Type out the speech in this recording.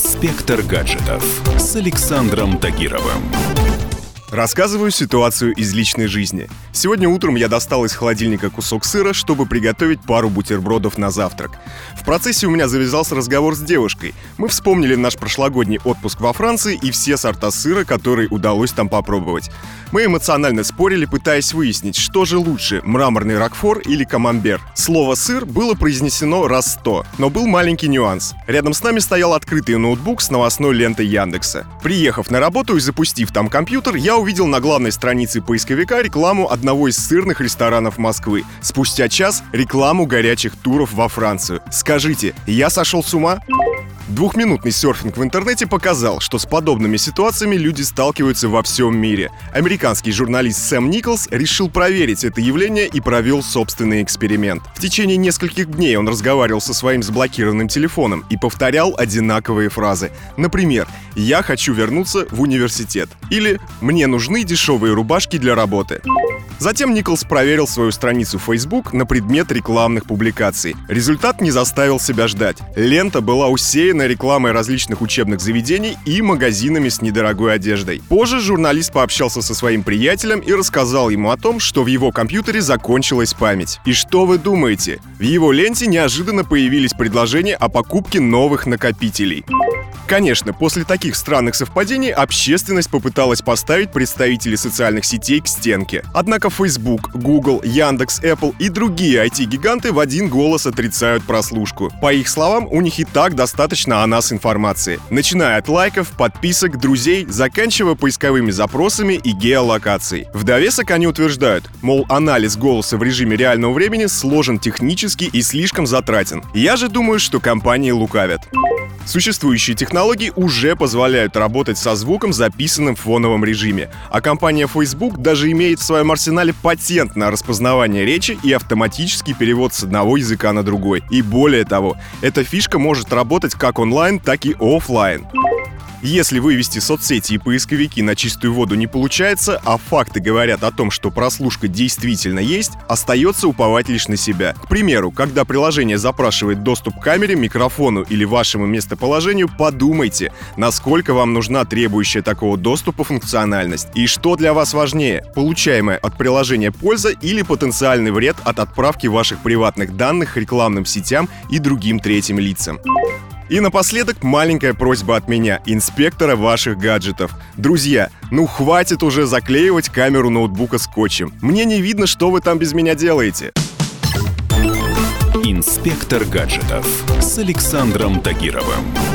Инспектор гаджетов с Александром Тагировым. Рассказываю ситуацию из личной жизни. Сегодня утром я достал из холодильника кусок сыра, чтобы приготовить пару бутербродов на завтрак. В процессе у меня завязался разговор с девушкой. Мы вспомнили наш прошлогодний отпуск во Франции и все сорта сыра, которые удалось там попробовать. Мы эмоционально спорили, пытаясь выяснить, что же лучше, мраморный рокфор или камамбер. Слово «сыр» было произнесено раз 100, но был маленький нюанс. Рядом с нами стоял открытый ноутбук с новостной лентой Яндекса. Приехав на работу и запустив там компьютер, я увидел на главной странице поисковика рекламу одного из сырных ресторанов Москвы. Спустя час рекламу горячих туров во Францию. Скажите, я сошел с ума? Двухминутный серфинг в интернете показал, что с подобными ситуациями люди сталкиваются во всем мире. Американский журналист Сэм Николс решил проверить это явление и провел собственный эксперимент. В течение нескольких дней он разговаривал со своим заблокированным телефоном и повторял одинаковые фразы. Например, «Я хочу вернуться в университет» или «Мне нужны дешевые рубашки для работы». Затем Николс проверил свою страницу в Facebook на предмет рекламных публикаций. Результат не заставил себя ждать. Лента была усеяна рекламой различных учебных заведений и магазинами с недорогой одеждой. Позже журналист пообщался со своим приятелем и рассказал ему о том, что в его компьютере закончилась память. И что вы думаете? В его ленте неожиданно появились предложения о покупке новых накопителей. Конечно, после таких странных совпадений общественность попыталась поставить представителей социальных сетей к стенке. Однако Facebook, Google, Яндекс, Apple и другие IT-гиганты в один голос отрицают прослушку. По их словам, у них и так достаточно о нас информации. Начиная от лайков, подписок, друзей, заканчивая поисковыми запросами и геолокацией. В довесок они утверждают, мол, анализ голоса в режиме реального времени сложен технически и слишком затратен. Я же думаю, что компании лукавят. Существующие технологии уже позволяют работать со звуком, записанным в фоновом режиме. А компания Facebook даже имеет в своем арсенале патент на распознавание речи и автоматический перевод с одного языка на другой. И более того, эта фишка может работать как онлайн, так и офлайн. Если вывести соцсети и поисковики на чистую воду не получается, а факты говорят о том, что прослушка действительно есть, остается уповать лишь на себя. К примеру, когда приложение запрашивает доступ к камере, микрофону или вашему местоположению, подумайте, насколько вам нужна требующая такого доступа функциональность. И что для вас важнее, получаемая от приложения польза или потенциальный вред от отправки ваших приватных данных рекламным сетям и другим третьим лицам. И напоследок маленькая просьба от меня, инспектора ваших гаджетов. Друзья, ну хватит уже заклеивать камеру ноутбука скотчем. Мне не видно, что вы там без меня делаете. Инспектор гаджетов с Александром Тагировым.